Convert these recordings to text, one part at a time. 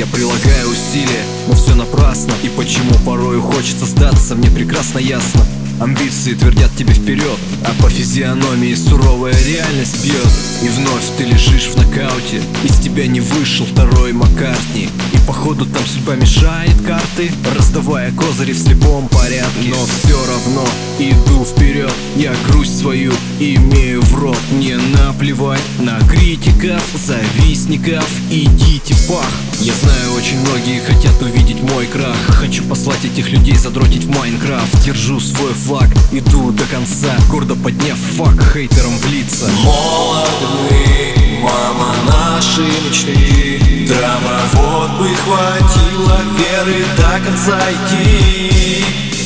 Я прилагаю усилия, но все напрасно. И почему порою хочется сдаться, мне прекрасно ясно. Амбиции твердят тебе вперед, а по физиономии суровая реальность бьет. И вновь ты лежишь в нокауте, из тебя не вышел второй Маккартни. И походу там судьба мешает карты, раздавая козыри в слепом порядке. Но все равно иду вперед, я грусть свою имею в рот. Мне наплевать на критиков, завистников, идите в пах. Я знаю, очень многие хотят увидеть мой крах. Хочу послать этих людей задротить в Майнкрафт. Держу свой флаг, иду до конца, гордо подняв фак хейтерам в лица. Молоды мы, мама, наши мечты. Драма, вот бы хватило веры до конца идти.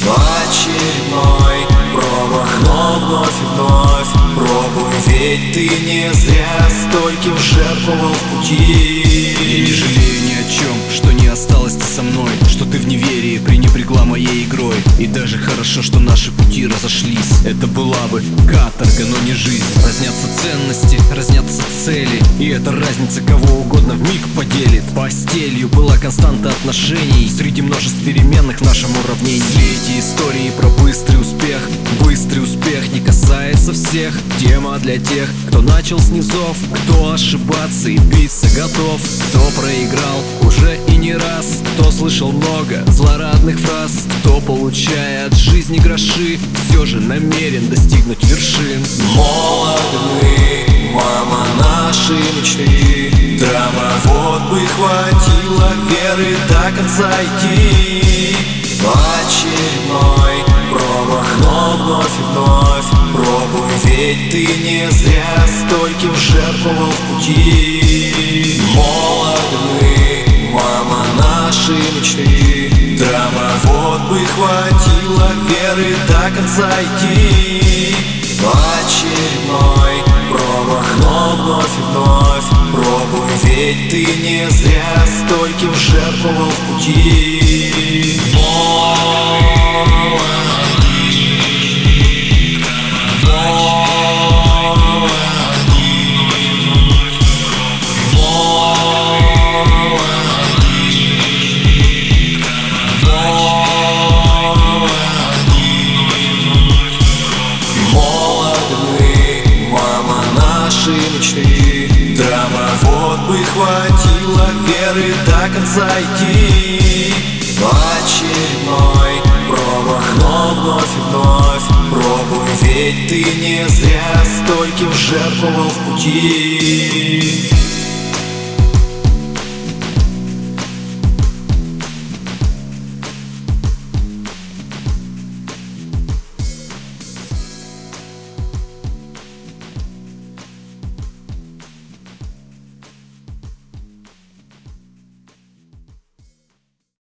Очередной промах, но вновь и вновь пробуй, ведь ты не зря стольким жертвовал в пути. Я не жалею ни о чем, что не осталось ты со мной, что ты в неверии пренебрегла моей игрой. И даже хорошо, что наши пути разошлись. Это была бы каторга, но не жизнь. Разнятся ценности, разнятся цели, и эта разница кого угодно вмиг поделит. Постелью была константа отношений среди множеств переменных в нашем уравнении. Все эти истории про быстрый успех не касается всех. Тема для тех, кто начал с низов, кто ошибаться и биться готов, кто проиграл уже и не раз, кто слышал много злорадных фраз, кто, получая от жизни гроши, все же намерен достигнуть вершин. Молоды мы, мама, наши мечты. Драма, вот бы хватило веры до конца идти. Очередной промах, но вновь и вновь пробуй, ведь ты не зря стольким жертвовал в пути. Молоды мы, мама, наши мечты. Драма, вот бы хватило веры до конца идти. Очередной промах, но вновь и вновь пробуй, ведь ты не зря стольким жертвовал в пути. Драма, вот бы хватило веры до конца идти. Очередной промах, но вновь и вновь пробуй, ведь ты не зря стольким жертвовал в пути.